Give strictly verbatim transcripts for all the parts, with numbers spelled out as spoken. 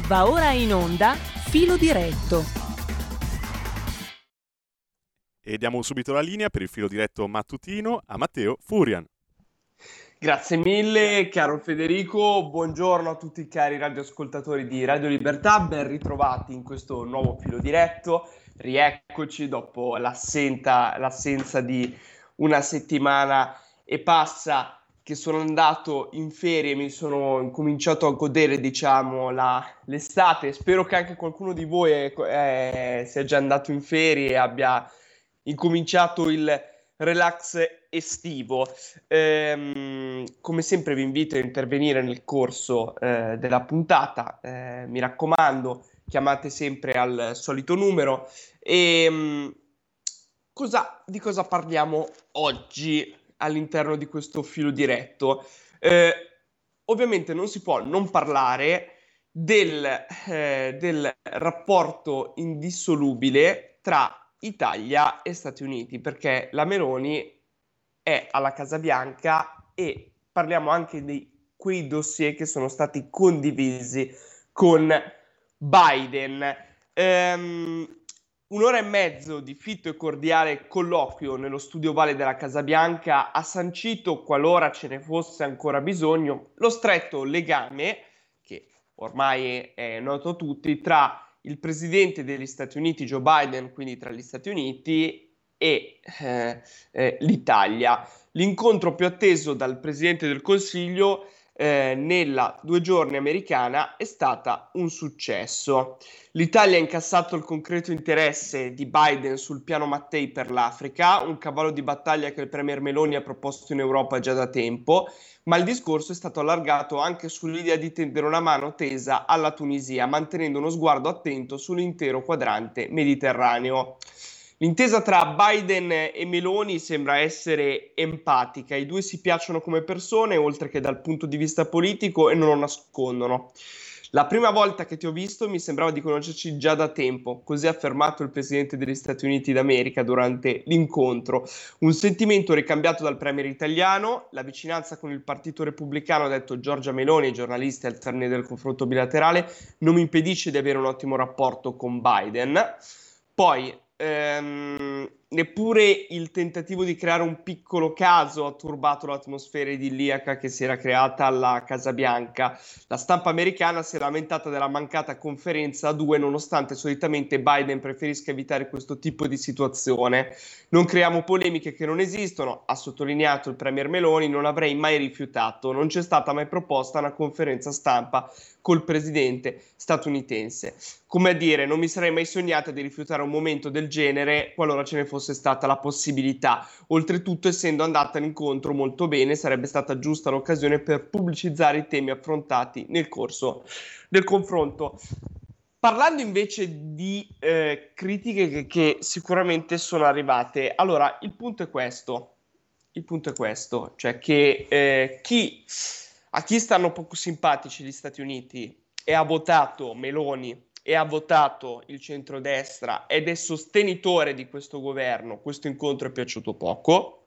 Va ora in onda Filo Diretto. E diamo subito la linea per il filo diretto mattutino a Matteo Furian. Grazie mille, caro Federico. Buongiorno a tutti i cari radioascoltatori di Radio Libertà. Ben ritrovati in questo nuovo filo diretto. Rieccoci dopo l'assenta, l'assenza di una settimana e passa che sono andato in ferie, mi sono cominciato a godere, diciamo, la, l'estate. Spero che anche qualcuno di voi è, è, sia già andato in ferie e abbia incominciato il relax estivo. Ehm, come sempre vi invito a intervenire nel corso eh, della puntata. Eh, mi raccomando, chiamate sempre al solito numero. E mh, cosa, di cosa parliamo oggi all'interno di questo filo diretto? Eh, ovviamente non si può non parlare del, eh, del rapporto indissolubile tra Italia e Stati Uniti, perché la Meloni è alla Casa Bianca e parliamo anche di quei dossier che sono stati condivisi con Biden. Ehm, un'ora e mezzo di fitto e cordiale colloquio nello studio Ovale della Casa Bianca ha sancito, qualora ce ne fosse ancora bisogno, lo stretto legame, che ormai è noto a tutti, tra il presidente degli Stati Uniti Joe Biden, quindi tra gli Stati Uniti e eh, eh, l'Italia. L'incontro più atteso dal Presidente del Consiglio eh, nella due giorni americana è stata un successo. L'Italia ha incassato il concreto interesse di Biden sul piano Mattei per l'Africa, un cavallo di battaglia che il Premier Meloni ha proposto in Europa già da tempo, ma il discorso è stato allargato anche sull'idea di tendere una mano tesa alla Tunisia, mantenendo uno sguardo attento sull'intero quadrante mediterraneo. L'intesa tra Biden e Meloni sembra essere empatica, i due si piacciono come persone, oltre che dal punto di vista politico, e non lo nascondono. La prima volta che ti ho visto mi sembrava di conoscerci già da tempo, così ha affermato il presidente degli Stati Uniti d'America durante l'incontro. Un sentimento ricambiato dal premier italiano, la vicinanza con il partito repubblicano, ha detto Giorgia Meloni, giornalisti al termine del confronto bilaterale, non mi impedisce di avere un ottimo rapporto con Biden. Poi Ehm, neppure il tentativo di creare un piccolo caso ha turbato l'atmosfera idilliaca che si era creata alla Casa Bianca. La stampa americana si è lamentata della mancata conferenza a due, nonostante solitamente Biden preferisca evitare questo tipo di situazione. Non creiamo polemiche che non esistono, ha sottolineato il premier Meloni, non avrei mai rifiutato. Non c'è stata mai proposta una conferenza stampa col presidente statunitense. Come a dire, non mi sarei mai sognata di rifiutare un momento del genere qualora ce ne fosse stata la possibilità. Oltretutto, essendo andata incontro molto bene, sarebbe stata giusta l'occasione per pubblicizzare i temi affrontati nel corso del confronto. Parlando invece di eh, critiche che, che sicuramente sono arrivate, allora il punto è questo, il punto è questo, cioè che eh, chi, a chi stanno poco simpatici gli Stati Uniti e ha votato Meloni e ha votato il centrodestra ed è sostenitore di questo governo, questo incontro è piaciuto poco.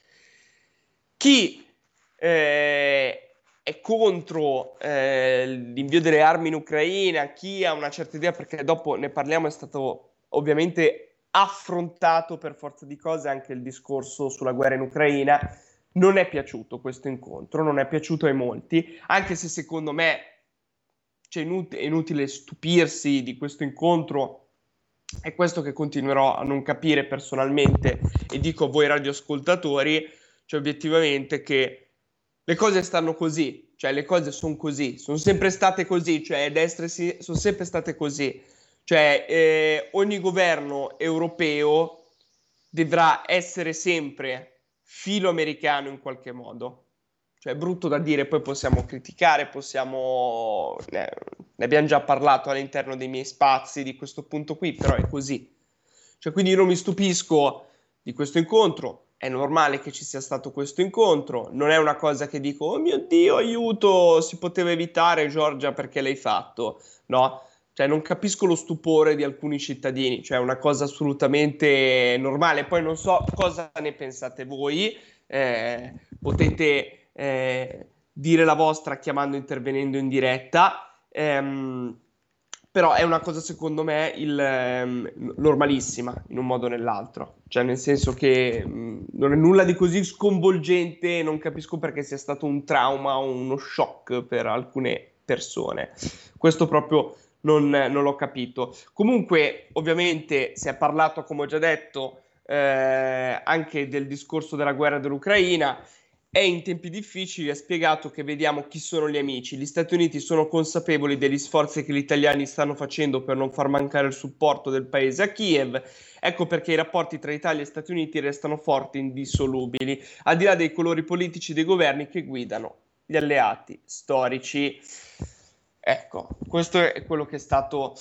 Chi eh, è contro eh, l'invio delle armi in Ucraina, chi ha una certa idea, perché dopo ne parliamo, è stato ovviamente affrontato per forza di cose anche il discorso sulla guerra in Ucraina, non è piaciuto questo incontro, non è piaciuto ai molti, anche se secondo me cioè, inut- è inutile stupirsi di questo incontro, è questo che continuerò a non capire personalmente e dico a voi radioascoltatori, cioè obiettivamente che le cose stanno così, cioè le cose sono così, sono sempre state così, cioè destra e sinistra sono sempre state così, cioè eh, ogni governo europeo dovrà essere sempre filo americano in qualche modo. Cioè è brutto da dire, poi possiamo criticare, possiamo... Ne, ne abbiamo già parlato all'interno dei miei spazi di questo punto qui, però è così. Cioè quindi io non mi stupisco di questo incontro, è normale che ci sia stato questo incontro, non è una cosa che dico, oh mio Dio, aiuto, si poteva evitare Giorgia perché l'hai fatto, no? Cioè non capisco lo stupore di alcuni cittadini, cioè è una cosa assolutamente normale, poi non so cosa ne pensate voi, eh, potete eh, dire la vostra chiamando, intervenendo in diretta, ehm, però è una cosa secondo me il, ehm, normalissima in un modo o nell'altro, cioè nel senso che mh, non è nulla di così sconvolgente, non capisco perché sia stato un trauma o uno shock per alcune persone, questo proprio non, non l'ho capito. Comunque ovviamente si è parlato, come ho già detto, eh, anche del discorso della guerra dell'Ucraina. È in tempi difficili, ha spiegato che vediamo chi sono gli amici. Gli Stati Uniti sono consapevoli degli sforzi che gli italiani stanno facendo per non far mancare il supporto del paese a Kiev. Ecco perché i rapporti tra Italia e Stati Uniti restano forti e indissolubili, al di là dei colori politici dei governi che guidano gli alleati storici. Ecco, questo è quello che è stato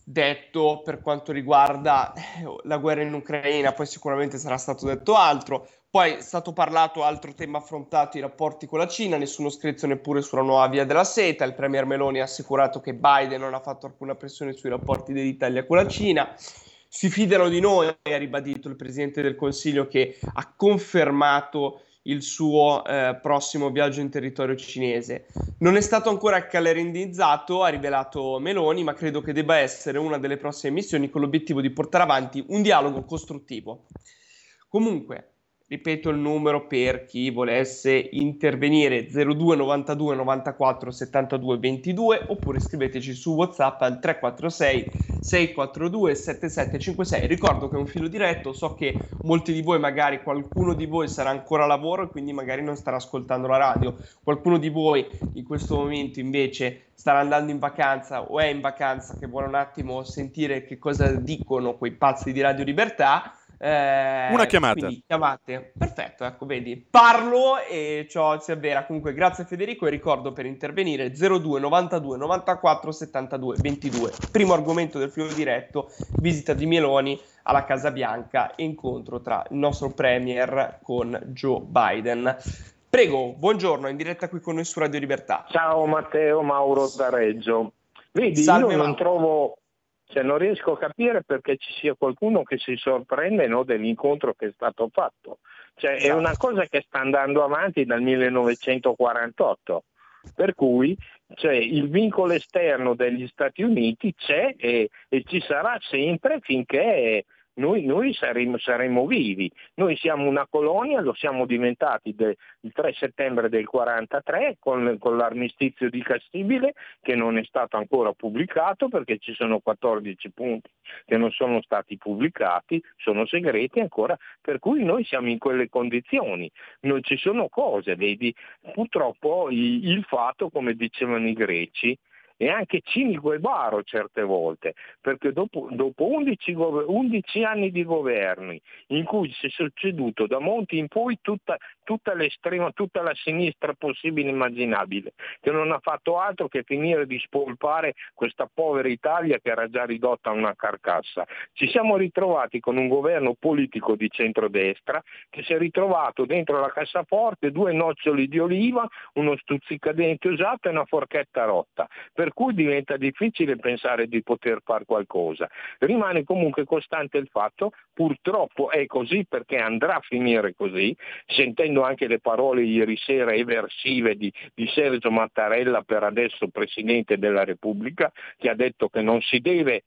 detto per quanto riguarda la guerra in Ucraina, poi sicuramente sarà stato detto altro. Poi è stato parlato, altro tema affrontato, i rapporti con la Cina, nessuno scritto neppure sulla nuova via della seta, il premier Meloni ha assicurato che Biden non ha fatto alcuna pressione sui rapporti dell'Italia con la Cina, si fidano di noi, ha ribadito il Presidente del Consiglio che ha confermato il suo eh, prossimo viaggio in territorio cinese. Non è stato ancora calendrizzato, ha rivelato Meloni, ma credo che debba essere una delle prossime missioni con l'obiettivo di portare avanti un dialogo costruttivo. Comunque, ripeto il numero per chi volesse intervenire: zero due novantadue novantaquattro settantadue ventidue, oppure scriveteci su WhatsApp al tre quattro sei sei quattro due sette sette cinque sei. Ricordo che è un filo diretto, so che molti di voi, magari qualcuno di voi sarà ancora a lavoro e quindi magari non starà ascoltando la radio, qualcuno di voi in questo momento invece starà andando in vacanza o è in vacanza, che vuole un attimo sentire che cosa dicono quei pazzi di Radio Libertà. Eh, Una chiamata. Quindi chiamate. Perfetto, ecco, vedi. Parlo e ciò si avvera. Comunque, grazie Federico, e ricordo per intervenire zero due novantadue novantaquattro settantadue ventidue. Primo argomento del filo diretto: visita di Meloni alla Casa Bianca e incontro tra il nostro premier con Joe Biden. Prego, buongiorno, in diretta qui con noi su Radio Libertà. Ciao Matteo, Mauro da Reggio. Vedi, Salve, io non Mauro. trovo, cioè non riesco a capire perché ci sia qualcuno che si sorprende, no, dell'incontro che è stato fatto. Cioè Esatto. È una cosa che sta andando avanti dal millenovecentoquarantotto, per cui cioè, il vincolo esterno degli Stati Uniti c'è e, e ci sarà sempre finché noi, noi saremo, saremo vivi. Noi siamo una colonia, lo siamo diventati de, il tre settembre del quarantatré con, con l'armistizio di Cassibile, che non è stato ancora pubblicato perché ci sono quattordici punti che non sono stati pubblicati, sono segreti ancora, per cui noi siamo in quelle condizioni. Non ci sono cose, vedi, purtroppo il, il fatto, come dicevano i greci, è anche cinico e baro certe volte, perché dopo, dopo undici, undici anni di governi in cui si è succeduto da Monti in poi tutta, tutta l'estrema, tutta la sinistra possibile e immaginabile, che non ha fatto altro che finire di spolpare questa povera Italia che era già ridotta a una carcassa. Ci siamo ritrovati con un governo politico di centrodestra che si è ritrovato dentro la cassaforte due noccioli di oliva, uno stuzzicadente usato e una forchetta rotta, per cui diventa difficile pensare di poter fare qualcosa. Rimane comunque costante il fatto, purtroppo è così perché andrà a finire così, sentendo anche le parole ieri sera eversive di, di Sergio Mattarella, per adesso Presidente della Repubblica, che ha detto che non si deve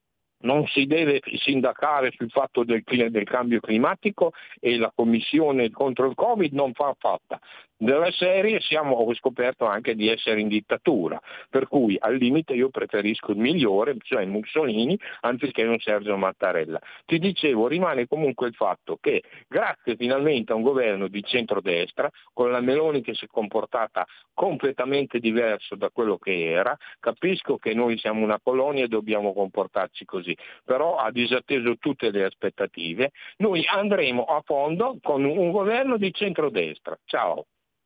non si deve sindacare sul fatto del, del cambio climatico e la commissione contro il Covid non fa fatta. Della serie siamo, ho scoperto anche di essere in dittatura, per cui al limite io preferisco il migliore, cioè Mussolini, anziché un Sergio Mattarella. Ti dicevo, rimane comunque il fatto che grazie finalmente a un governo di centrodestra, con la Meloni che si è comportata completamente diverso da quello che era, capisco che noi siamo una colonia e dobbiamo comportarci così, però ha disatteso tutte le aspettative, noi andremo a fondo con un governo di centrodestra. Ciao.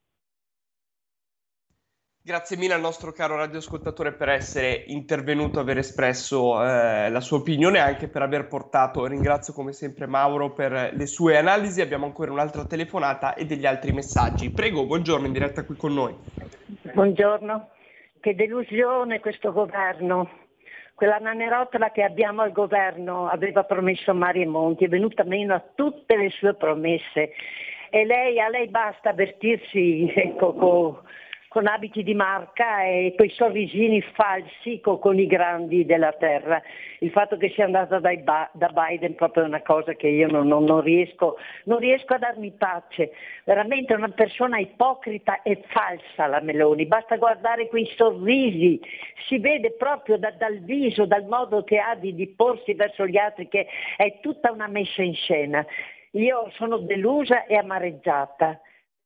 Grazie mille al nostro caro radioascoltatore per essere intervenuto, aver espresso eh, la sua opinione e anche per aver portato, ringrazio come sempre Mauro per le sue analisi. Abbiamo ancora un'altra telefonata e degli altri messaggi. Prego, buongiorno, in diretta qui con noi. Buongiorno, che delusione questo governo. Quella nanerottola che abbiamo al governo aveva promesso Mario Monti, è venuta meno a tutte le sue promesse e lei, a lei basta avvertirsi ecco, con con abiti di marca e quei sorrisini falsi co- con i grandi della terra. Il fatto che sia andata dai ba- da Biden proprio è una cosa che io non, non- non riesco, non riesco a darmi pace. Veramente è una persona ipocrita e falsa la Meloni, basta guardare quei sorrisi, si vede proprio da- dal viso, dal modo che ha di, di porsi verso gli altri, che è tutta una messa in scena. Io sono delusa e amareggiata.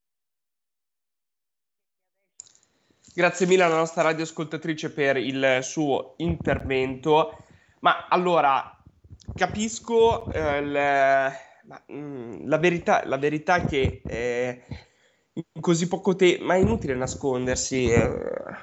Grazie mille alla nostra radioascoltatrice per il suo intervento. Ma allora, capisco eh, le- ma, mm, la verità, la verità è che eh, in così poco tempo, ma è inutile nascondersi, eh,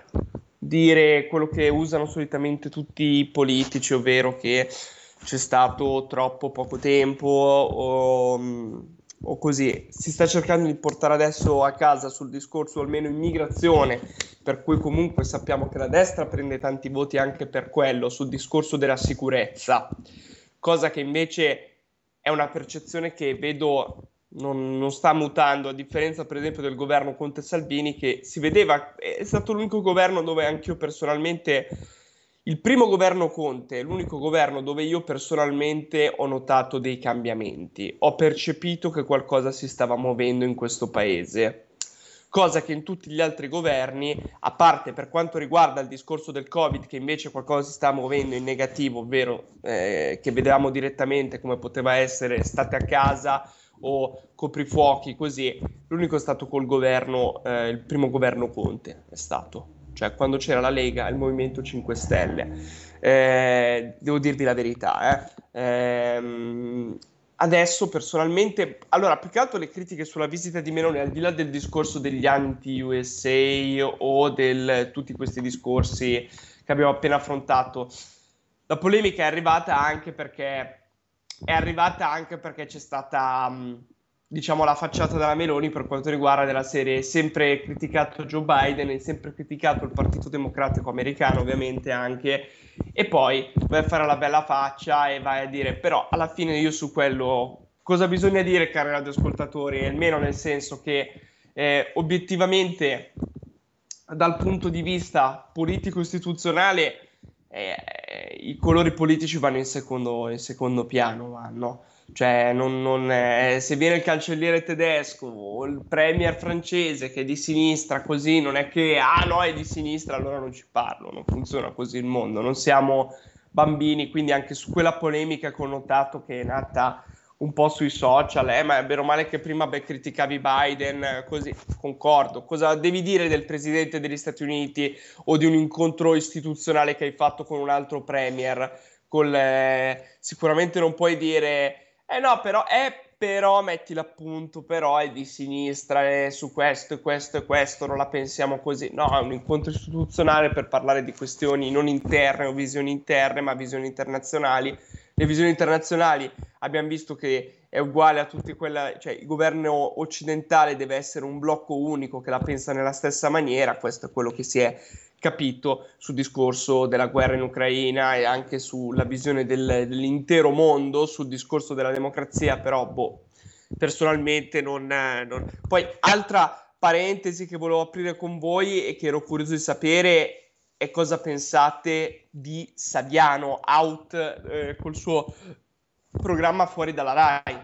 dire quello che usano solitamente tutti i politici, ovvero che c'è stato troppo poco tempo o, o così. Si sta cercando di portare adesso a casa sul discorso almeno immigrazione, per cui comunque sappiamo che la destra prende tanti voti anche per quello, sul discorso della sicurezza, cosa che invece è una percezione che vedo non, non sta mutando, a differenza per esempio del governo Conte-Salvini, che si vedeva, è stato l'unico governo dove anch'io personalmente, il primo governo Conte è l'unico governo dove io personalmente ho notato dei cambiamenti, ho percepito che qualcosa si stava muovendo in questo paese. Cosa che in tutti gli altri governi, a parte per quanto riguarda il discorso del Covid, che invece qualcosa si sta muovendo in negativo, ovvero eh, che vedevamo direttamente come poteva essere state a casa o coprifuochi, così, l'unico è stato col governo, eh, il primo governo Conte è stato, cioè quando c'era la Lega e il Movimento cinque Stelle. Eh, devo dirvi la verità, eh. Ehm, Adesso personalmente, allora più che altro le critiche sulla visita di Meloni, al di là del discorso degli anti-U S A o di tutti questi discorsi che abbiamo appena affrontato, la polemica è arrivata anche perché è arrivata anche perché c'è stata, mh, diciamo, la facciata della Meloni per quanto riguarda della serie sempre criticato Joe Biden e sempre criticato il Partito Democratico americano, ovviamente anche, e poi vai a fare la bella faccia e vai a dire, però alla fine io su quello cosa bisogna dire, cari radioascoltatori, almeno nel senso che eh, obiettivamente dal punto di vista politico-istituzionale eh, i colori politici vanno in secondo, in secondo piano, vanno. Cioè, non, non è, se viene il cancelliere tedesco o il premier francese che è di sinistra, così non è che, ah no, è di sinistra, allora non ci parlo, non funziona così il mondo, non siamo bambini, quindi anche su quella polemica che ho notato che è nata un po' sui social, eh, ma è vero o male che prima beh, criticavi Biden, così, concordo. Cosa devi dire del presidente degli Stati Uniti o di un incontro istituzionale che hai fatto con un altro premier? Col, eh, sicuramente non puoi dire eh no, però, eh, però, metti l'appunto, però è di sinistra, e su questo e questo e questo non la pensiamo così. No, è un incontro istituzionale per parlare di questioni non interne o visioni interne, ma visioni internazionali. Le visioni internazionali abbiamo visto che è uguale a tutte quelle, cioè il governo occidentale deve essere un blocco unico che la pensa nella stessa maniera, questo è quello che si è capito sul discorso della guerra in Ucraina e anche sulla visione del, dell'intero mondo, sul discorso della democrazia, però boh, personalmente non, non... Poi altra parentesi che volevo aprire con voi e che ero curioso di sapere è cosa pensate di Saviano out eh, col suo programma Fuori dalla Rai.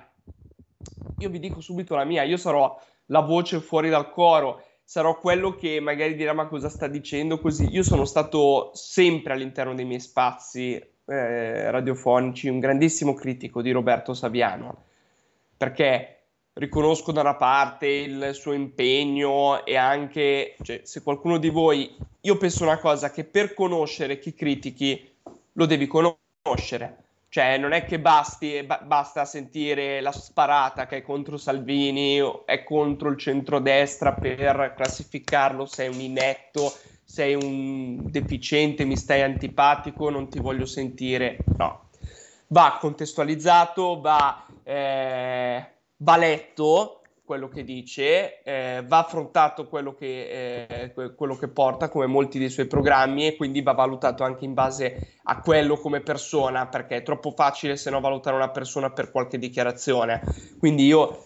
Io vi dico subito la mia, io sarò la voce fuori dal coro, sarò quello che magari dirà ma cosa sta dicendo così. Io sono stato sempre all'interno dei miei spazi eh, radiofonici un grandissimo critico di Roberto Saviano, perché riconosco da una parte il suo impegno e anche, cioè, se qualcuno di voi, io penso una cosa, che per conoscere chi critichi lo devi conoscere. Cioè non è che basti, ba- basta sentire la sparata che è contro Salvini o è contro il centrodestra per classificarlo, sei un inetto, sei un deficiente, mi stai antipatico, non ti voglio sentire. No, va contestualizzato, va, eh, va letto quello che dice, eh, va affrontato quello che, eh, quello che porta, come molti dei suoi programmi, e quindi va valutato anche in base a quello come persona, perché è troppo facile se no valutare una persona per qualche dichiarazione. Quindi io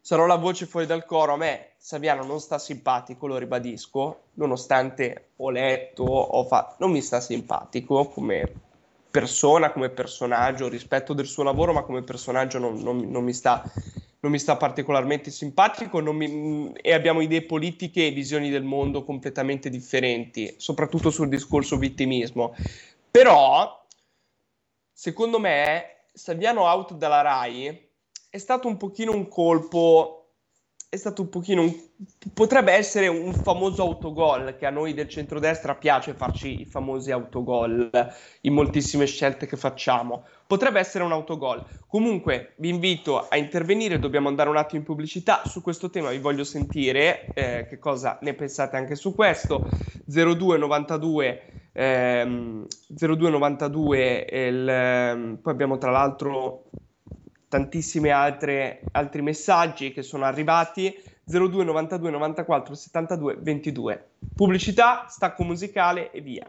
sarò la voce fuori dal coro, a me Saviano non sta simpatico, lo ribadisco, nonostante ho letto, ho fatto, non mi sta simpatico come persona, come personaggio, rispetto del suo lavoro, ma come personaggio non, non, non mi sta, non mi sta particolarmente simpatico, non mi, e abbiamo idee politiche e visioni del mondo completamente differenti, soprattutto sul discorso vittimismo. Però, secondo me, Saviano out dalla Rai è stato un pochino un colpo, è stato un pochino un, potrebbe essere un famoso autogol, che a noi del centrodestra piace farci i famosi autogol in moltissime scelte che facciamo. Potrebbe essere un autogol. Comunque vi invito a intervenire, dobbiamo andare un attimo in pubblicità. Su questo tema vi voglio sentire eh, che cosa ne pensate anche su questo. zero due novantadue ehm, zero due novantadue il, ehm, poi abbiamo tra l'altro tantissime altre altri messaggi che sono arrivati. Zero due novantadue novantaquattro settantadue ventidue. Pubblicità, stacco musicale e via.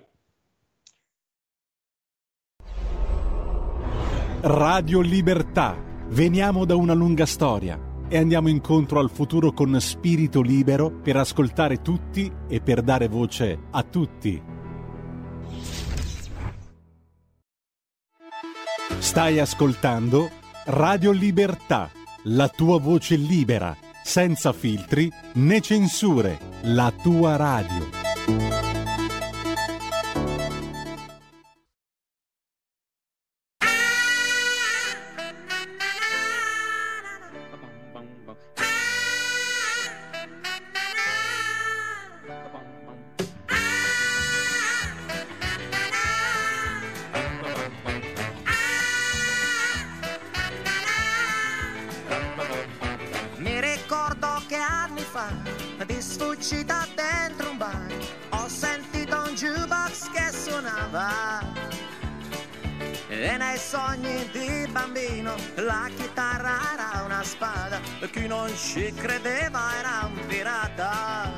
Radio Libertà. Veniamo da una lunga storia e andiamo incontro al futuro con spirito libero per ascoltare tutti e per dare voce a tutti. Stai ascoltando Radio Libertà, la tua voce libera, senza filtri né censure, la tua radio. Di sfuggita dentro un bar ho sentito un jukebox che suonava e nei sogni di bambino la chitarra era una spada e chi non ci credeva era un pirata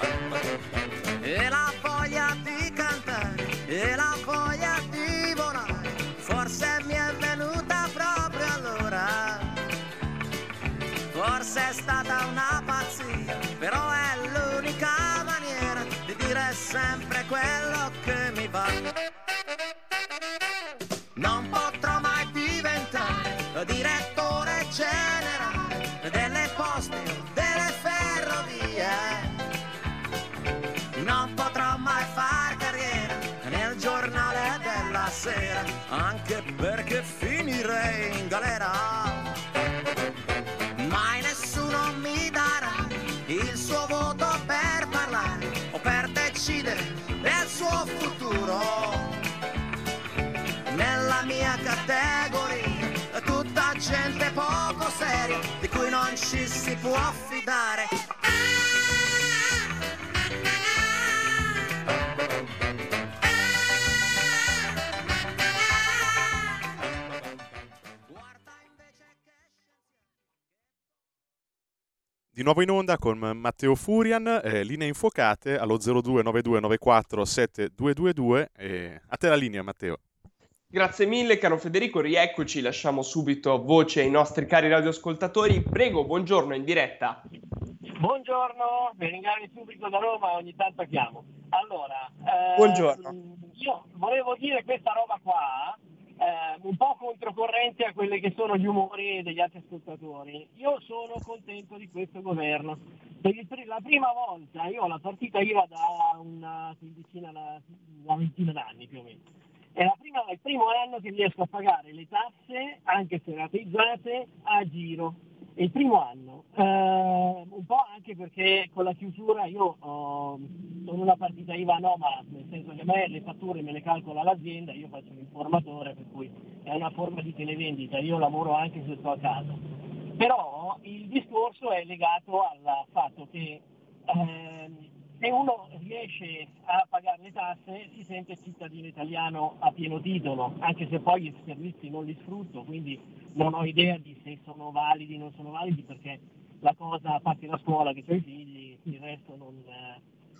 e la voglia di cantare e la voglia di volare forse mi è venuta proprio allora, forse è stata una pazzia, però è l'unica maniera di dire sempre quello che mi va. Non potrò mai diventare direttore generale delle poste o delle ferrovie. Non potrò mai far carriera nel giornale della sera, anche perché finirei in galera. Mai nessuno mi darà il suo voto per parlare o per decidere del suo futuro. Nella mia categoria tutta gente poco seria di cui non ci si può fidare. Di nuovo in onda con Matteo Furian, eh, linee infuocate allo zero due nove due nove quattro sette due due due. Eh, a te la linea, Matteo. Grazie mille, caro Federico, rieccoci, lasciamo subito voce ai nostri cari radioascoltatori. Prego, buongiorno, in diretta. Buongiorno, vi ringrazio subito da Roma, ogni tanto chiamo. Allora, eh, buongiorno. Io volevo dire questa roba qua, eh, un po' controcorrente a quelli che sono gli umori degli altri ascoltatori. Io sono contento di questo governo. Per il, la prima volta, io ho la partita I V A da una quindicina, una ventina d'anni più o meno. È la prima, il primo anno che riesco a pagare le tasse, anche se rateizzate, a giro. È il primo anno, eh, un po' anche perché con la chiusura io ho, sono una partita I V A anomala, nel senso che a me le fatture me le calcola l'azienda, io faccio l'informatore, per cui è una forma di televendita, io lavoro anche se sto a casa. Però il discorso è legato al fatto che eh, se uno riesce a pagare le tasse si sente cittadino italiano a pieno titolo, anche se poi i servizi non li sfrutto, quindi non ho idea di se sono validi o non sono validi, perché la cosa, a parte la scuola che ho i figli, il resto non,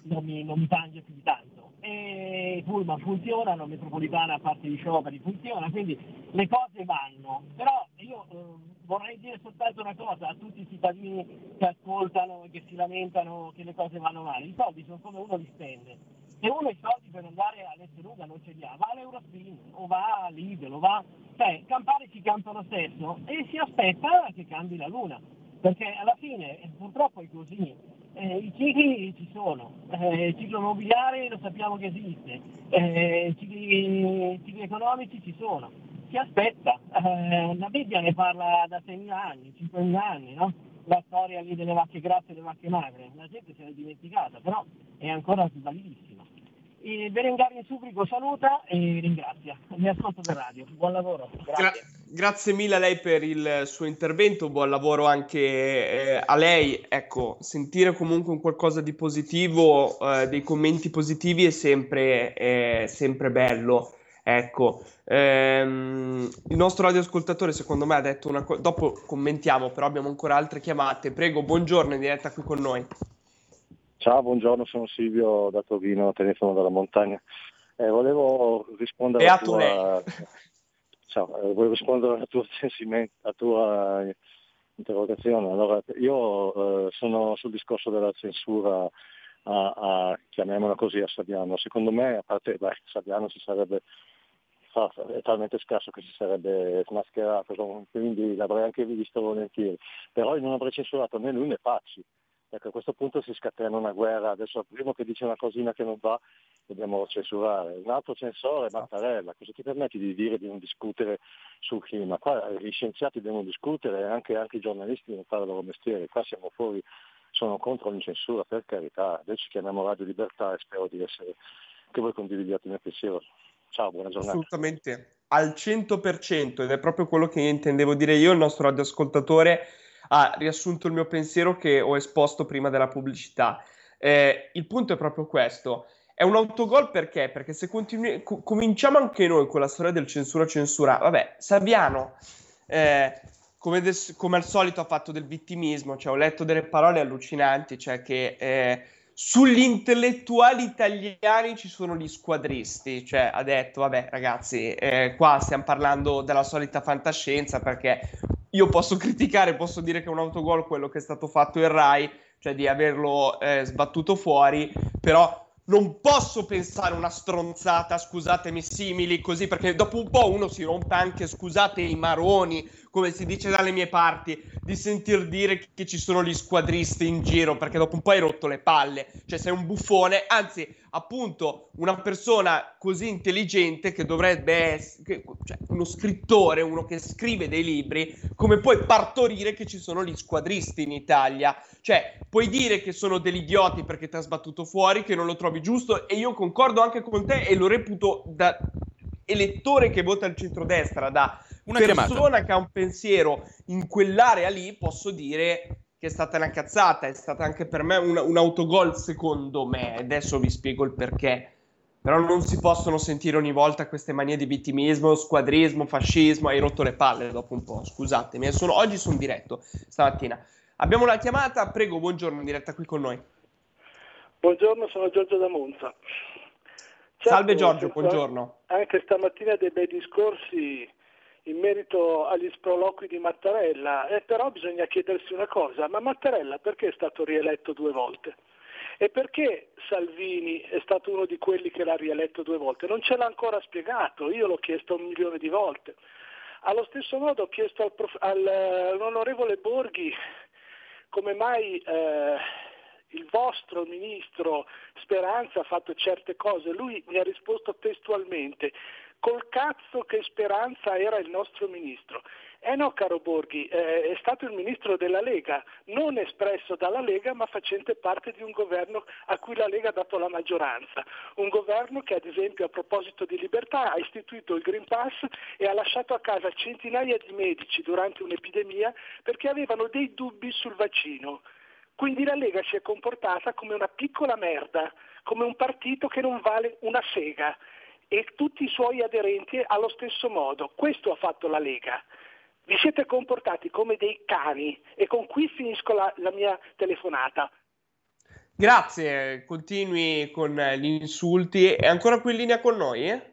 non mi, non mi tange più di tanto. E Pullman funzionano, metropolitana a parte gli scioperi funziona, quindi le cose vanno. Però io eh, vorrei dire soltanto una cosa a tutti i cittadini che ascoltano e che si lamentano che le cose vanno male: i soldi sono come uno li spende. Se uno i soldi per andare all'Esselunga non ce li ha, va all'Eurospin o va all'Idel o va, cioè campare ci campa lo stesso e si aspetta che cambi la luna, perché alla fine eh, purtroppo è così. Eh, I cicli ci sono, eh, il ciclo immobiliare lo sappiamo che esiste, eh, i cicli, cicli economici ci sono, si aspetta, eh, la Bibbia ne parla da seimila anni, cinquemila anni, no? La storia lì delle vacche grasse e delle vacche magre, la gente se l'è dimenticata, però è ancora validissima. E Berengario in Subrico saluta e ringrazia. Mi ascolto per radio. Buon lavoro. Grazie. Gra- grazie mille a lei per il suo intervento, buon lavoro anche eh, a lei. Ecco, sentire comunque un qualcosa di positivo, eh, dei commenti positivi è sempre, è sempre bello. Ecco, ehm, il nostro radioascoltatore secondo me ha detto una cosa, dopo commentiamo, però abbiamo ancora altre chiamate. Prego, buongiorno, in diretta qui con noi. Ciao, buongiorno, sono Silvio da Torino, telefono dalla montagna. Eh, volevo rispondere alla tua... Ciao, eh, volevo rispondere alla tua, alla tua interrogazione. Allora, io eh, sono sul discorso della censura a, a, chiamiamola così, a Saviano. Secondo me, a parte beh, Saviano si sarebbe è talmente scarso che si sarebbe smascherato, quindi l'avrei anche visto volentieri. Però io non avrei censurato né lui né Pacci. Ecco, a questo punto si scatena una guerra. Adesso il primo che dice una cosina che non va dobbiamo censurare. Un altro censore è Mattarella. Cosa ti permetti di dire di non discutere sul clima? Qua gli scienziati devono discutere e anche, anche i giornalisti devono fare il loro mestiere. Qua siamo fuori, sono contro l'incensura, per carità. Adesso ci chiamiamo Radio Libertà e spero di essere che voi condividiate il mio pensiero. Ciao, buona giornata. Assolutamente, al cento per cento, ed è proprio quello che intendevo dire io. Il nostro radioascoltatore ha riassunto il mio pensiero che ho esposto prima della pubblicità. Eh, il punto è proprio questo. È un autogol perché? Perché se continui- co- cominciamo anche noi con la storia del censura-censura, vabbè, Saviano, eh, come, des- come al solito ha fatto del vittimismo, cioè ho letto delle parole allucinanti, cioè che eh, sugli intellettuali italiani ci sono gli squadristi, cioè ha detto, vabbè ragazzi, eh, qua stiamo parlando della solita fantascienza, perché io posso criticare, posso dire che è un autogol quello che è stato fatto in Rai, cioè di averlo eh, sbattuto fuori, però non posso pensare una stronzata, scusatemi, simili così, perché dopo un po' uno si rompe anche, scusate, i maroni, come si dice dalle mie parti, di sentir dire che ci sono gli squadristi in giro, perché dopo un po' hai rotto le palle, cioè sei un buffone, anzi, appunto, una persona così intelligente che dovrebbe essere, cioè uno scrittore, uno che scrive dei libri, come puoi partorire che ci sono gli squadristi in Italia? Cioè, puoi dire che sono degli idioti perché ti ha sbattuto fuori, che non lo trovi giusto, e io concordo anche con te e lo reputo da elettore che vota il centrodestra, da una persona chiamata che ha un pensiero in quell'area lì, posso dire che è stata una cazzata, è stata anche per me un, un autogol secondo me, adesso vi spiego il perché. Però non si possono sentire ogni volta queste manie di vittimismo, squadrismo, fascismo, hai rotto le palle dopo un po', scusatemi, sono, oggi sono diretto, stamattina. Abbiamo una chiamata, prego, buongiorno, in diretta qui con noi. Buongiorno, sono Giorgio da Monza. Certo, salve Giorgio, buongiorno. Anche stamattina dei bei discorsi in merito agli sproloqui di Mattarella, eh, però bisogna chiedersi una cosa, ma Mattarella perché è stato rieletto due volte? E perché Salvini è stato uno di quelli che l'ha rieletto due volte? Non ce l'ha ancora spiegato, io l'ho chiesto un milione di volte. Allo stesso modo ho chiesto al prof, al, all'onorevole Borghi come mai eh, il vostro ministro Speranza ha fatto certe cose. Lui mi ha risposto testualmente: col cazzo che Speranza era il nostro ministro. Eh no, caro Borghi, eh, è stato il ministro della Lega, non espresso dalla Lega ma facente parte di un governo a cui la Lega ha dato la maggioranza, un governo che ad esempio a proposito di libertà ha istituito il Green Pass e ha lasciato a casa centinaia di medici durante un'epidemia perché avevano dei dubbi sul vaccino. Quindi la Lega si è comportata come una piccola merda, come un partito che non vale una sega, e tutti i suoi aderenti allo stesso modo. Questo ha fatto la Lega. Vi siete comportati come dei cani, e con qui finisco la, la mia telefonata. Grazie, continui con gli insulti. È ancora qui in linea con noi? Eh?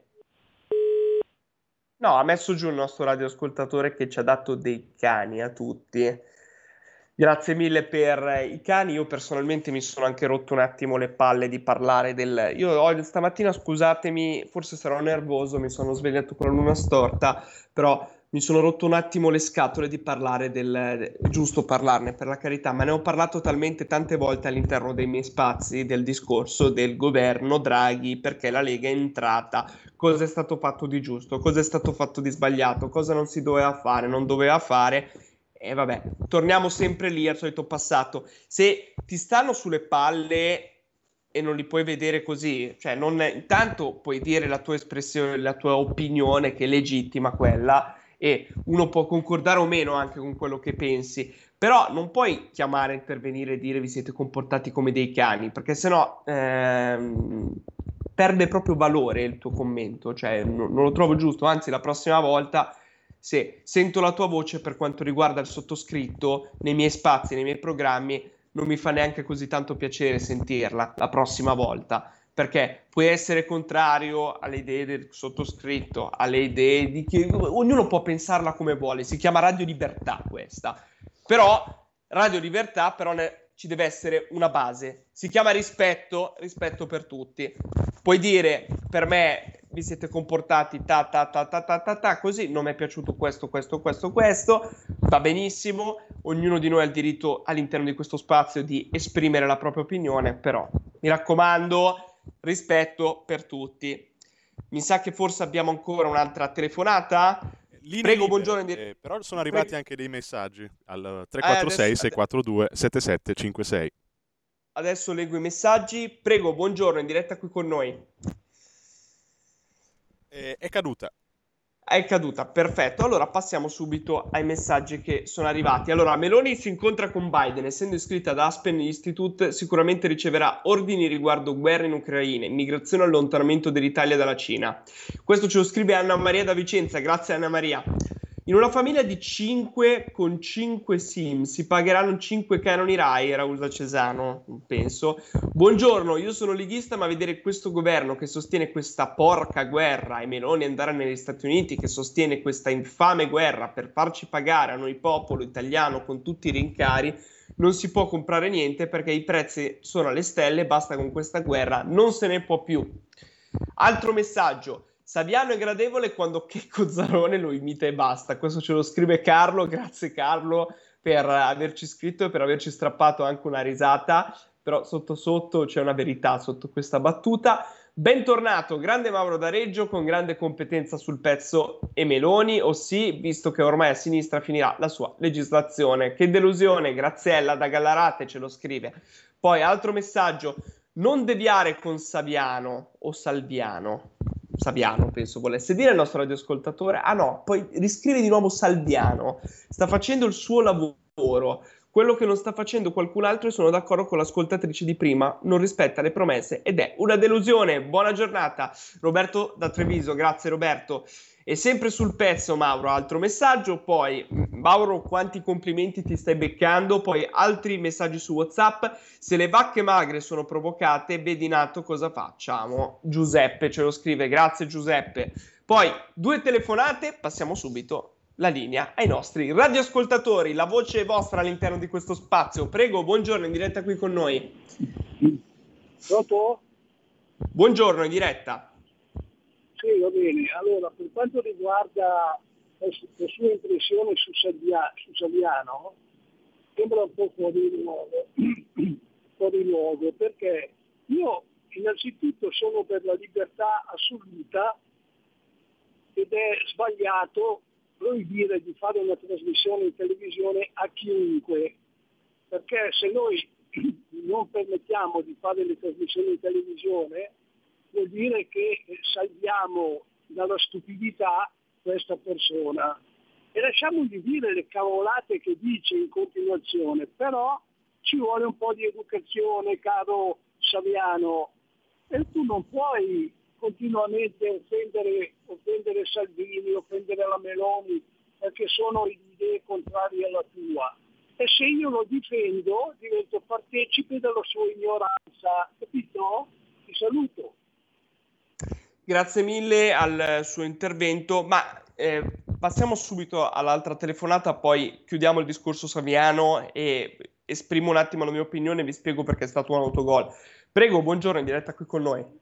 No, ha messo giù il nostro radioascoltatore che ci ha dato dei cani a tutti. Grazie mille per i cani. Io personalmente mi sono anche rotto un attimo le palle di parlare del... Io ho, stamattina, scusatemi, forse sarò nervoso, mi sono svegliato con una storta, però mi sono rotto un attimo le scatole di parlare del... giusto parlarne, per la carità, ma ne ho parlato talmente tante volte all'interno dei miei spazi del discorso del governo Draghi, perché la Lega è entrata, cosa è stato fatto di giusto, cosa è stato fatto di sbagliato, cosa non si doveva fare, non doveva fare... E vabbè, torniamo sempre lì al solito passato. Se ti stanno sulle palle e non li puoi vedere così, cioè non, intanto puoi dire la tua espressione, la tua opinione che è legittima quella, e uno può concordare o meno anche con quello che pensi, però non puoi chiamare, intervenire e dire vi siete comportati come dei cani, perché sennò ehm, perde proprio valore il tuo commento, cioè non, non lo trovo giusto, anzi la prossima volta... Se sento la tua voce per quanto riguarda il sottoscritto nei miei spazi, nei miei programmi, non mi fa neanche così tanto piacere sentirla la prossima volta, perché puoi essere contrario alle idee del sottoscritto, alle idee di chi... ognuno può pensarla come vuole, si chiama Radio Libertà questa, però Radio Libertà però ne... ci deve essere una base, si chiama rispetto, rispetto per tutti. Puoi dire per me vi siete comportati ta ta ta ta ta ta ta così, non mi è piaciuto questo, questo, questo, questo, va benissimo, ognuno di noi ha il diritto all'interno di questo spazio di esprimere la propria opinione, però mi raccomando, rispetto per tutti. Mi sa che forse abbiamo ancora un'altra telefonata. Linee Prego, libere, buongiorno. Di... Eh, però sono arrivati Prego. anche dei messaggi al tre quattro sei sei quattro due sette sette cinque sei. Adesso leggo i messaggi. Prego, buongiorno, in diretta qui con noi. Eh, è caduta. È caduta, perfetto. Allora passiamo subito ai messaggi che sono arrivati. Allora, Meloni si incontra con Biden. Essendo iscritta ad Aspen Institute, sicuramente riceverà ordini riguardo guerra in Ucraina, immigrazione e allontanamento dell'Italia dalla Cina. Questo ce lo scrive Anna Maria da Vicenza. Grazie Anna Maria. In una famiglia di cinque con cinque sim si pagheranno cinque canoni Rai, era Raul Cesano, penso. Buongiorno, io sono leghista, ma vedere questo governo che sostiene questa porca guerra e Meloni andare negli Stati Uniti che sostiene questa infame guerra per farci pagare a noi popolo italiano con tutti i rincari, non si può comprare niente perché i prezzi sono alle stelle, basta con questa guerra, non se ne può più. Altro messaggio. Saviano è gradevole quando Checco Zarone lo imita e basta. Questo ce lo scrive Carlo. Grazie Carlo per averci scritto e per averci strappato anche una risata. Però sotto sotto c'è una verità sotto questa battuta. Bentornato, grande Mauro da Reggio con grande competenza sul pezzo e Meloni, o sì, visto che ormai a sinistra finirà la sua legislazione. Che delusione, Graziella da Gallarate ce lo scrive. Poi altro messaggio. Non deviare con Saviano o Salviano. Saviano, penso volesse dire il nostro radioascoltatore. Ah no, poi riscrive di nuovo Salviano. Sta facendo il suo lavoro. Quello che non sta facendo qualcun altro, e sono d'accordo con l'ascoltatrice di prima, non rispetta le promesse ed è una delusione. Buona giornata. Roberto da Treviso, grazie Roberto. E sempre sul pezzo, Mauro, altro messaggio. Poi, Mauro, quanti complimenti ti stai beccando. Poi altri messaggi su WhatsApp. Se le vacche magre sono provocate, vedi nato cosa facciamo. Giuseppe ce lo scrive, grazie Giuseppe. Poi due telefonate, passiamo subito la linea ai nostri radioascoltatori. La voce è vostra all'interno di questo spazio. Prego, buongiorno, in diretta qui con noi. Pronto? Buongiorno, in diretta. Sì, va bene. Allora, per quanto riguarda le sue impressioni su, Salvia, su Saviano, sembra un po' fuori luogo, fuori luogo, perché io innanzitutto sono per la libertà assoluta ed è sbagliato proibire di fare una trasmissione in televisione a chiunque, perché se noi non permettiamo di fare le trasmissioni in televisione vuol dire che salviamo dalla stupidità questa persona e lasciamogli dire le cavolate che dice in continuazione, però ci vuole un po' di educazione, caro Saviano, e tu non puoi continuamente offendere, offendere Salvini, offendere la Meloni, perché sono idee contrarie alla tua. E se io lo difendo divento partecipe della sua ignoranza, capito? Ti saluto. Grazie mille al suo intervento, ma eh, passiamo subito all'altra telefonata, poi chiudiamo il discorso Saviano e esprimo un attimo la mia opinione e vi spiego perché è stato un autogol. Prego, buongiorno, in diretta qui con noi.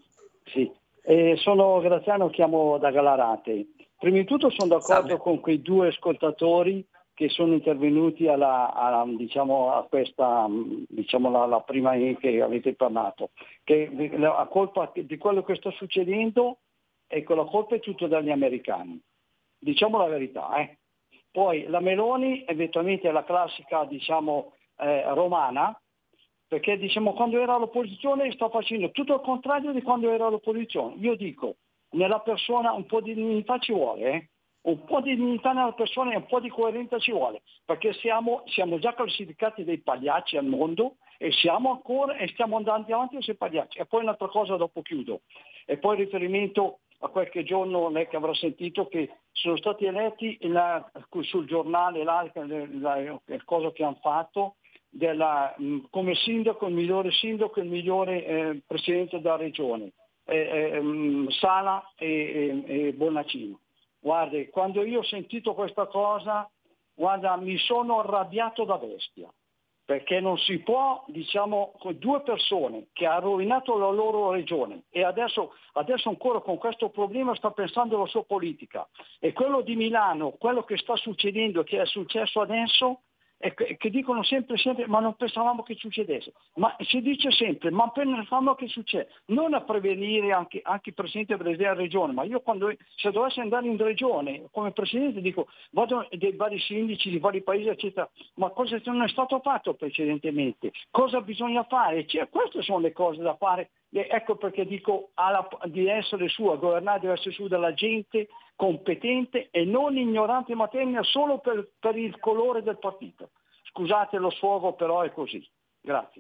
Sì, eh, sono Graziano, chiamo da Galarate. Prima di tutto sono d'accordo Salve. con quei due ascoltatori che sono intervenuti alla, alla, diciamo, a questa, diciamo, la, la prima che avete parlato, che la colpa di quello che sta succedendo, ecco, la colpa è tutta dagli americani, diciamo la verità. Eh. Poi la Meloni eventualmente è la classica, diciamo, eh, romana, perché diciamo quando era all'opposizione sta facendo tutto il contrario di quando era all'opposizione. Io dico, nella persona un po' di dignità ci vuole, eh. Un po' di dignità nella persona e un po' di coerenza ci vuole, perché siamo, siamo già classificati dei pagliacci al mondo e siamo ancora e stiamo andando avanti a essere pagliacci. E poi un'altra cosa, dopo chiudo, e poi riferimento a qualche giorno lei che avrà sentito che sono stati eletti la, sul giornale la, la, la, la cosa che hanno fatto della, come sindaco, il migliore sindaco, il migliore eh, presidente della regione, eh, eh, Sala e, e, e Bonaccini. Guardi, quando io ho sentito questa cosa, guarda, mi sono arrabbiato da bestia, perché non si può, diciamo, con due persone che ha rovinato la loro regione e adesso, adesso ancora con questo problema sta pensando alla sua politica. E quello di Milano, quello che sta succedendo, che è successo adesso, e che, che dicono sempre, sempre, ma non pensavamo che succedesse. Ma si dice sempre, ma pensavamo che succede. Non a prevenire anche, anche il Presidente della Regione, ma io quando, se dovessi andare in Regione, come Presidente dico, vado dei vari sindaci di vari paesi, eccetera, ma cosa non è stato fatto precedentemente? Cosa bisogna fare? Cioè, queste sono le cose da fare. E ecco perché dico alla, di essere su, a governare deve essere su della gente competente e non ignorante in materia solo per, per il colore del partito. Scusate lo sfogo, però è così. Grazie.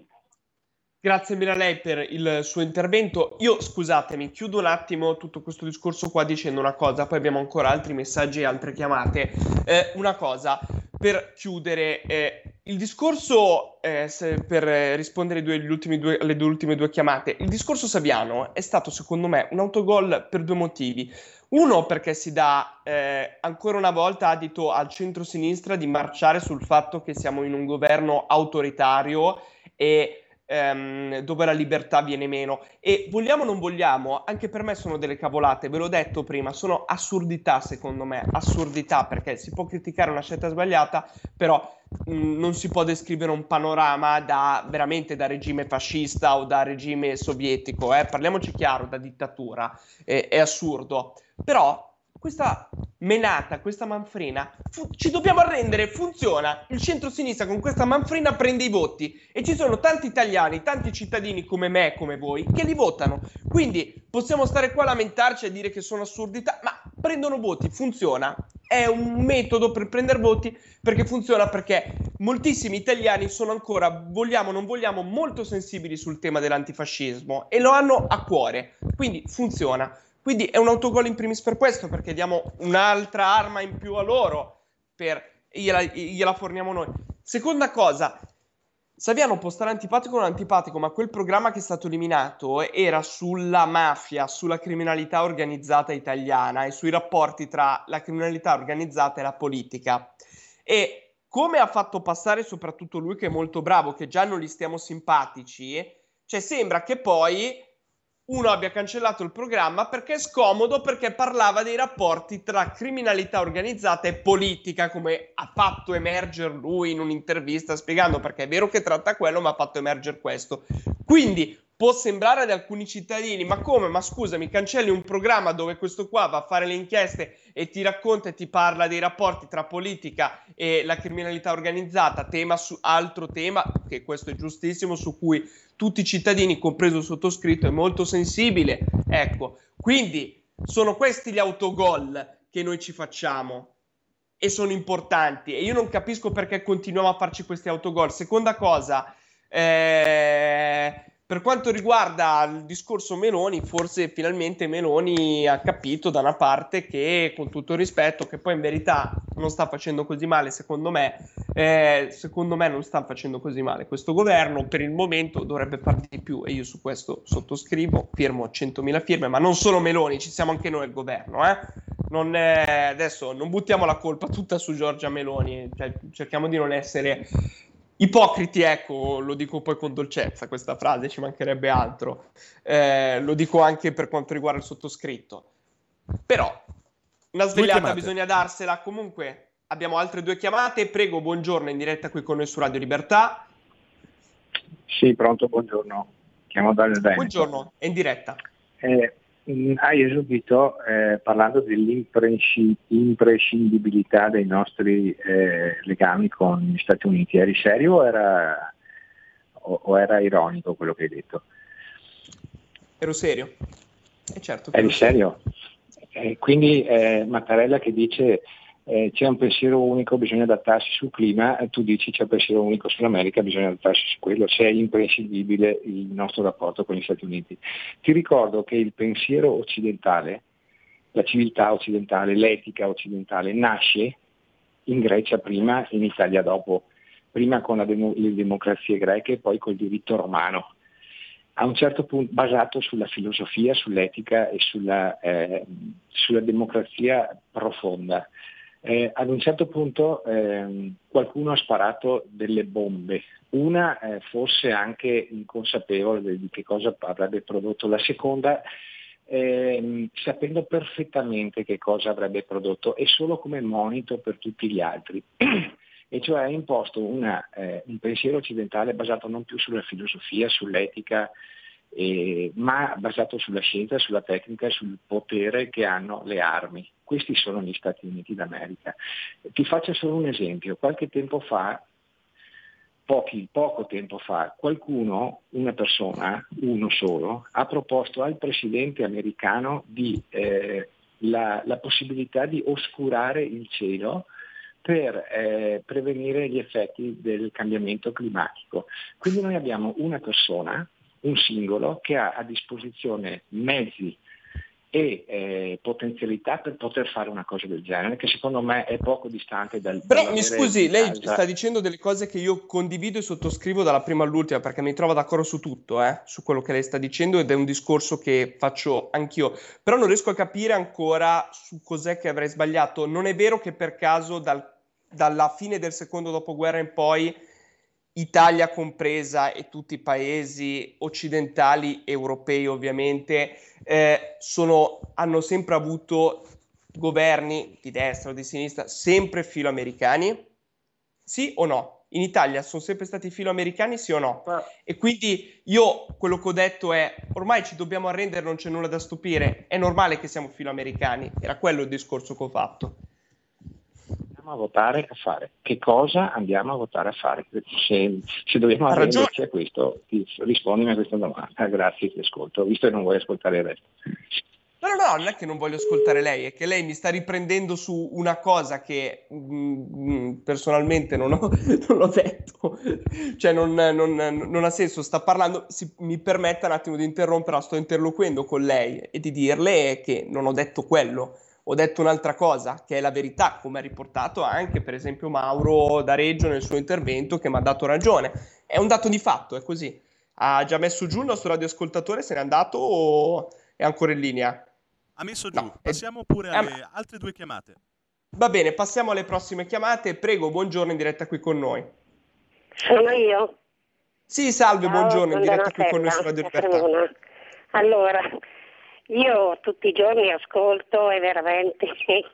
Grazie mille a lei per il suo intervento. Io, scusatemi, chiudo un attimo tutto questo discorso qua dicendo una cosa, poi abbiamo ancora altri messaggi e altre chiamate. Eh, una cosa, per chiudere, eh, il discorso, eh, se, per rispondere due, gli ultimi due, alle due ultime due chiamate, il discorso Saviano è stato secondo me un autogol per due motivi. Uno, perché si dà eh, ancora una volta adito al centro-sinistra di marciare sul fatto che siamo in un governo autoritario e ehm, dove la libertà viene meno. E vogliamo o non vogliamo, anche per me sono delle cavolate, ve l'ho detto prima, sono assurdità secondo me, assurdità, perché si può criticare una scelta sbagliata, però mh, non si può descrivere un panorama da veramente da regime fascista o da regime sovietico, eh? Parliamoci chiaro, da dittatura, eh, è assurdo. Però questa menata, questa manfrina, fu- ci dobbiamo arrendere, funziona. Il centro-sinistra con questa manfrina prende i voti e ci sono tanti italiani, tanti cittadini come me, come voi, che li votano. Quindi possiamo stare qua a lamentarci e dire che sono assurdità, ma prendono voti, funziona. È un metodo per prendere voti perché funziona, perché moltissimi italiani sono ancora, vogliamo o non vogliamo, molto sensibili sul tema dell'antifascismo e lo hanno a cuore. Quindi funziona. Quindi è un autogol in primis per questo, perché diamo un'altra arma in più a loro, per gliela, gliela forniamo noi. Seconda cosa, Saviano può stare antipatico o non antipatico, ma quel programma che è stato eliminato era sulla mafia, sulla criminalità organizzata italiana e sui rapporti tra la criminalità organizzata e la politica. E come ha fatto passare soprattutto lui, che è molto bravo, che già non gli stiamo simpatici, cioè sembra che poi uno abbia cancellato il programma perché è scomodo, perché parlava dei rapporti tra criminalità organizzata e politica, come ha fatto emergere lui in un'intervista spiegando, perché è vero che tratta quello, ma ha fatto emergere questo. Quindi può sembrare ad alcuni cittadini, ma come? Ma scusami, cancelli un programma dove questo qua va a fare le inchieste e ti racconta e ti parla dei rapporti tra politica e la criminalità organizzata, tema su altro tema, che questo è giustissimo, su cui tutti i cittadini, compreso il sottoscritto, è molto sensibile. Ecco, quindi sono questi gli autogol che noi ci facciamo e sono importanti, e io non capisco perché continuiamo a farci questi autogol. Seconda cosa, eh... per quanto riguarda il discorso Meloni, forse finalmente Meloni ha capito da una parte che, con tutto il rispetto, che poi in verità non sta facendo così male secondo me, Eh, secondo me non sta facendo così male questo governo, per il momento dovrebbe far di più e io su questo sottoscrivo, firmo centomila firme, ma non solo Meloni, ci siamo anche noi al governo, eh? Non è... adesso non buttiamo la colpa tutta su Giorgia Meloni, cioè, cerchiamo di non essere ipocriti, ecco, lo dico poi con dolcezza questa frase, ci mancherebbe altro, eh, lo dico anche per quanto riguarda il sottoscritto, però una svegliata bisogna darsela. Comunque abbiamo altre due chiamate, prego, buongiorno, in diretta qui con noi su Radio Libertà. Sì, pronto, buongiorno, chiamo Dario Veneto. Buongiorno, è in diretta. Eh, mh, hai esordito eh, parlando dell'imprescindibilità dei nostri eh, legami con gli Stati Uniti. Eri serio o era, o, o era ironico quello che hai detto? Ero serio. Eh, certo. Eri serio? Eh, quindi eh, Mattarella che dice eh, c'è un pensiero unico, bisogna adattarsi sul clima, e tu dici c'è un pensiero unico sull'America, bisogna adattarsi su quello, c'è imprescindibile il nostro rapporto con gli Stati Uniti. Ti ricordo che il pensiero occidentale, la civiltà occidentale, l'etica occidentale nasce in Grecia prima, in Italia dopo, prima con la demo- le democrazie greche e poi col diritto romano. A un certo punto basato sulla filosofia, sull'etica e sulla, eh, sulla democrazia profonda. Eh, ad un certo punto eh, qualcuno ha sparato delle bombe, una eh, forse anche inconsapevole di che cosa avrebbe prodotto, la seconda eh, sapendo perfettamente che cosa avrebbe prodotto e solo come monito per tutti gli altri. E cioè ha imposto una, eh, un pensiero occidentale basato non più sulla filosofia, sull'etica, eh, ma basato sulla scienza, sulla tecnica e sul potere che hanno le armi. Questi sono gli Stati Uniti d'America. Ti faccio solo un esempio. Qualche tempo fa, pochi, poco tempo fa, qualcuno, una persona, uno solo, ha proposto al presidente americano di, eh, la, la possibilità di oscurare il cielo per eh, prevenire gli effetti del cambiamento climatico. Quindi noi abbiamo una persona, un singolo, che ha a disposizione mezzi e eh, potenzialità per poter fare una cosa del genere, che secondo me è poco distante dal... Però mi scusi, lei sta dicendo delle cose che io condivido e sottoscrivo dalla prima all'ultima, perché mi trovo d'accordo su tutto, eh, su quello che lei sta dicendo, ed è un discorso che faccio anch'io, però non riesco a capire ancora su cos'è che avrei sbagliato. Non è vero che per caso dal dalla fine del secondo dopoguerra in poi, Italia compresa e tutti i paesi occidentali, europei ovviamente, eh, sono, hanno sempre avuto governi di destra o di sinistra, sempre filoamericani? Sì o no? In Italia sono sempre stati filoamericani, sì o no? E quindi io quello che ho detto è, ormai ci dobbiamo arrendere, non c'è nulla da stupire, è normale che siamo filoamericani, era quello il discorso che ho fatto. A votare a fare. Che cosa andiamo a votare a fare? Se, se dobbiamo arrenderci a questo, rispondimi a questa domanda. Ah, grazie, ti ascolto, visto che non vuoi ascoltare il resto. No, no, no, non è che non voglio ascoltare lei, è che lei mi sta riprendendo su una cosa che mh, personalmente non ho, non ho detto, cioè non, non, non ha senso, sta parlando, si, mi permetta un attimo di interromperla, sto interloquendo con lei e di dirle che non ho detto quello. Ho detto un'altra cosa, che è la verità, come ha riportato anche per esempio Mauro da Reggio nel suo intervento, che mi ha dato ragione. È un dato di fatto, è così. Ha già messo giù il nostro radioascoltatore, se n'è andato o è ancora in linea? Ha messo giù, no, passiamo pure alle eh, altre due chiamate. Va bene, passiamo alle prossime chiamate. Prego, buongiorno in diretta qui con noi. Sono io? Sì, salve, Ciao, buongiorno in diretta Donatella, qui con noi su Radio Libertà. Allora... Io tutti i giorni ascolto e veramente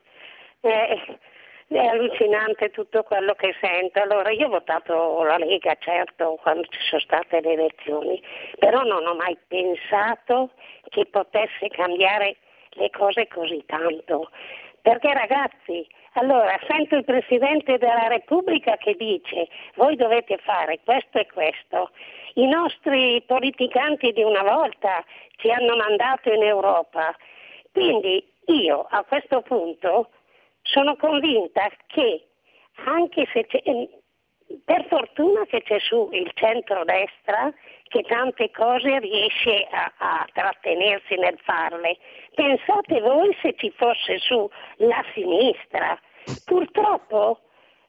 è, è allucinante tutto quello che sento. Allora io ho votato la Lega, certo, quando ci sono state le elezioni, però non ho mai pensato che potesse cambiare le cose così tanto. Perché ragazzi, allora sento il Presidente della Repubblica che dice voi dovete fare questo e questo. I nostri politicanti di una volta ci hanno mandato in Europa, quindi io a questo punto sono convinta che anche se c'è, per fortuna che c'è su il centrodestra che tante cose riesce a, a trattenersi nel farle, pensate voi se ci fosse su la sinistra, purtroppo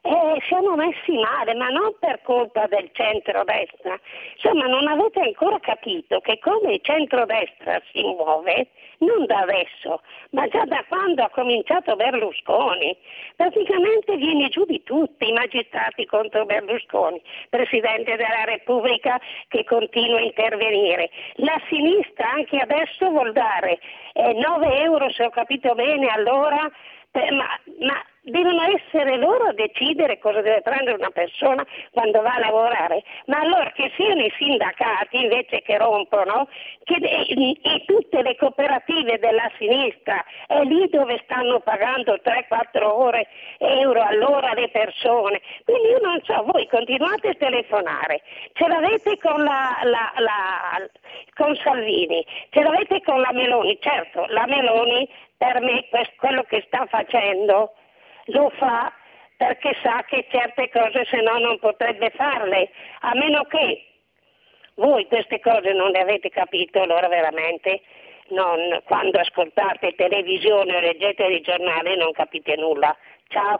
E siamo messi male, ma non per colpa del centrodestra. Insomma, non avete ancora capito che come il centrodestra si muove, non da adesso, ma già da quando ha cominciato Berlusconi. Praticamente viene giù di tutti, i magistrati contro Berlusconi, Presidente della Repubblica che continua a intervenire. La sinistra anche adesso vuol dare eh, nove euro, se ho capito bene, allora, per, ma, ma devono essere loro a decidere cosa deve prendere una persona quando va a lavorare, ma allora che siano i sindacati invece che rompono, che e, e tutte le cooperative della sinistra, è lì dove stanno pagando tre quattro ore euro all'ora le persone. Quindi io non so, voi continuate a telefonare, ce l'avete con la, la, la con Salvini, ce l'avete con la Meloni, certo la Meloni per me quello che sta facendo lo fa perché sa che certe cose se no non potrebbe farle, a meno che voi queste cose non le avete capito, allora veramente non, quando ascoltate televisione o leggete il giornale non capite nulla. Ciao.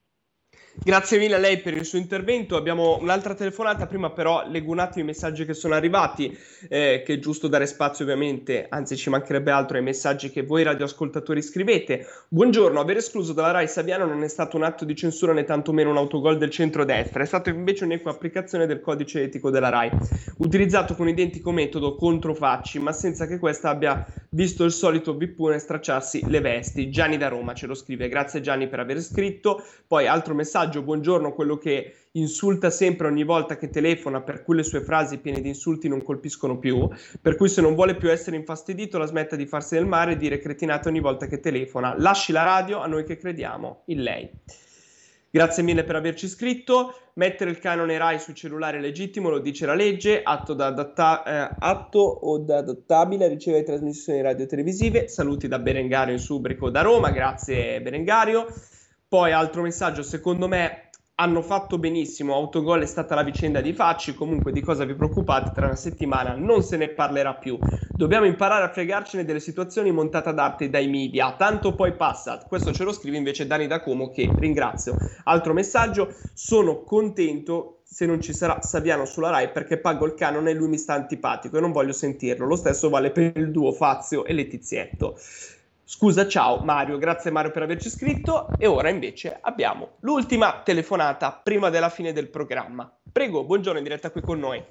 Grazie mille a lei per il suo intervento. Abbiamo un'altra telefonata, prima però leggo un attimo i messaggi che sono arrivati, eh, che è giusto dare spazio ovviamente, anzi ci mancherebbe altro ai messaggi che voi radioascoltatori scrivete. Buongiorno, aver escluso dalla Rai Saviano non è stato un atto di censura né tantomeno un autogol del centrodestra, è stato invece un'equa applicazione del codice etico della Rai, utilizzato con identico metodo contro Facci, ma senza che questa abbia visto il solito vippone stracciarsi le vesti. Gianni da Roma ce lo scrive, grazie Gianni per aver scritto. Poi altro messaggio: buongiorno, quello che insulta sempre ogni volta che telefona, per cui le sue frasi piene di insulti non colpiscono più, per cui se non vuole più essere infastidito la smetta di farsi del male e dire cretinate ogni volta che telefona, lasci la radio a noi che crediamo in lei. Grazie mille per averci scritto. Mettere il canone Rai sui cellulari è legittimo, lo dice la legge, atto, da adatta- eh, atto o da adattabile a ricevere trasmissioni radio televisive. Saluti da Berengario in Subrico da Roma, grazie Berengario. Poi altro messaggio, secondo me hanno fatto benissimo, autogol è stata la vicenda di Facci, comunque di cosa vi preoccupate, tra una settimana non se ne parlerà più, dobbiamo imparare a fregarcene delle situazioni montate ad arte dai media, tanto poi passa. Questo ce lo scrive invece Dani da Como, che ringrazio. Altro messaggio, sono contento se non ci sarà Saviano sulla Rai perché pago il canone e lui mi sta antipatico e non voglio sentirlo, lo stesso vale per il duo Fazio e Letizietto. Scusa, ciao Mario, grazie Mario per averci scritto. E ora invece abbiamo l'ultima telefonata prima della fine del programma. Prego, buongiorno, in diretta qui con noi.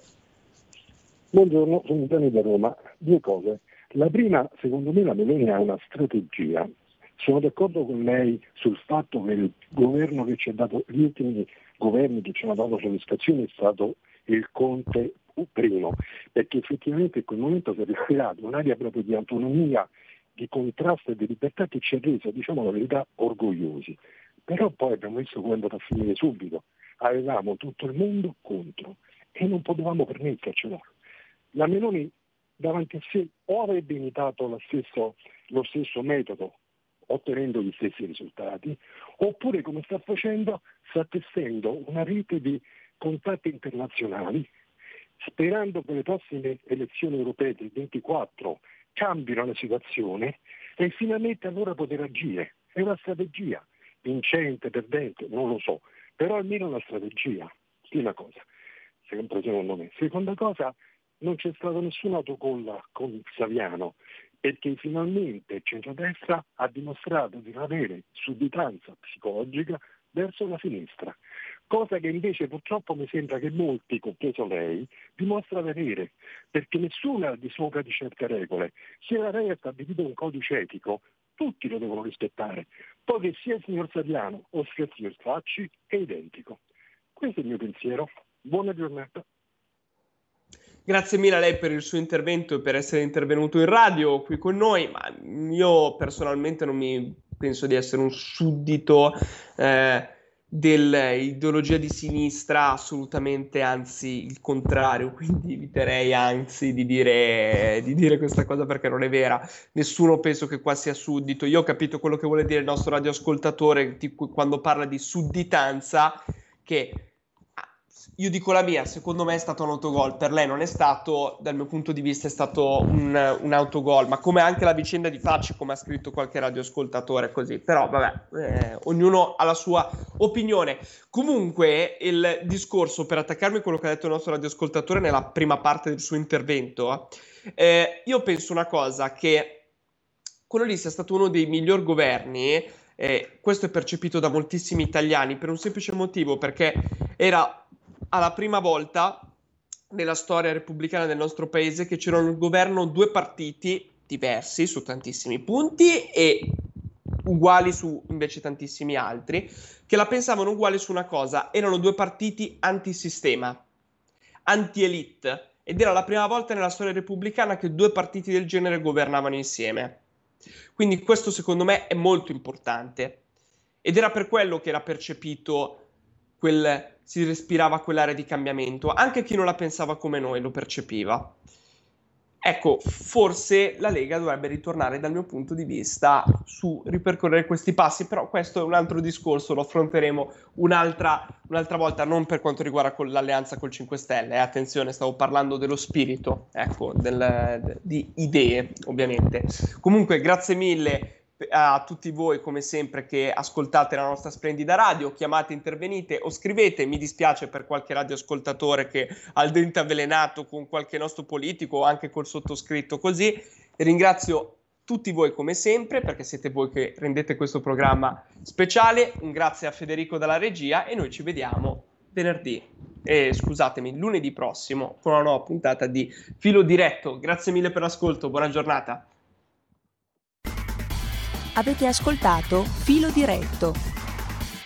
Buongiorno, sono Gianni da Roma. Due cose. La prima, secondo me la Meloni ha una strategia. Sono d'accordo con lei sul fatto che il governo che ci ha dato, gli ultimi governi che ci hanno dato soddisfazione è stato il Conte primo, perché effettivamente in quel momento si è respirato un'area proprio di autonomia, di contrasto e di libertà che ci ha reso, diciamo la verità, orgogliosi. Però poi abbiamo visto come è andato a finire subito. Avevamo tutto il mondo contro e non potevamo permettercelo. La Meloni davanti a sé o avrebbe imitato lo stesso, lo stesso metodo ottenendo gli stessi risultati, oppure come sta facendo sta tessendo una rete di contatti internazionali, sperando che le prossime elezioni europee del ventiquattro cambino la situazione e finalmente allora poter agire. È una strategia, vincente, perdente, non lo so, però almeno una strategia. Prima cosa, sempre secondo me. Seconda cosa, non c'è stato nessun autogol con Saviano, perché finalmente il centrodestra ha dimostrato di non avere sudditanza psicologica verso la sinistra, cosa che invece purtroppo mi sembra che molti, compreso lei, dimostra di avere, perché nessuno è al di sopra di certe regole. Se la Rai ha stabilito un codice etico, tutti lo devono rispettare, poi che sia il signor Saviano o sia il signor Facci è identico. Questo è il mio pensiero. Buona giornata. Grazie mille a lei per il suo intervento e per essere intervenuto in radio qui con noi, ma io personalmente non mi penso di essere un suddito eh, dell'ideologia di sinistra, assolutamente, anzi il contrario, quindi eviterei anzi di dire, di dire questa cosa perché non è vera. Nessuno penso che qua sia suddito. Io ho capito quello che vuole dire il nostro radioascoltatore di, quando parla di sudditanza, che io dico la mia, secondo me è stato un autogol, per lei non è stato, dal mio punto di vista è stato un, un autogol, ma come anche la vicenda di Facci, come ha scritto qualche radioascoltatore così, però vabbè, eh, ognuno ha la sua opinione. Comunque il discorso, per attaccarmi a quello che ha detto il nostro radioascoltatore nella prima parte del suo intervento, eh, io penso una cosa, che quello lì sia stato uno dei miglior governi. Eh, questo è percepito da moltissimi italiani per un semplice motivo, perché era alla prima volta nella storia repubblicana del nostro paese che c'erano al governo due partiti diversi su tantissimi punti e uguali su invece tantissimi altri, che la pensavano uguale su una cosa: erano due partiti antisistema, anti-elite, ed era la prima volta nella storia repubblicana che due partiti del genere governavano insieme. Quindi questo secondo me è molto importante, ed era per quello che era percepito quel, si respirava quell'area di cambiamento, anche chi non la pensava come noi lo percepiva. Ecco, forse la Lega dovrebbe ritornare, dal mio punto di vista, su ripercorrere questi passi, però questo è un altro discorso, lo affronteremo un'altra, un'altra volta, non per quanto riguarda con l'alleanza col cinque Stelle, eh, attenzione, stavo parlando dello spirito, ecco, del, de, di idee, ovviamente. Comunque, grazie mille a tutti voi, come sempre, che ascoltate la nostra splendida radio, chiamate, intervenite o scrivete. Mi dispiace per qualche radioascoltatore che ha il dente avvelenato con qualche nostro politico o anche col sottoscritto così. E ringrazio tutti voi come sempre, perché siete voi che rendete questo programma speciale. Un grazie a Federico dalla regia e noi ci vediamo venerdì, eh, scusatemi, lunedì prossimo con una nuova puntata di Filo Diretto. Grazie mille per l'ascolto, buona giornata. Avete ascoltato Filo Diretto,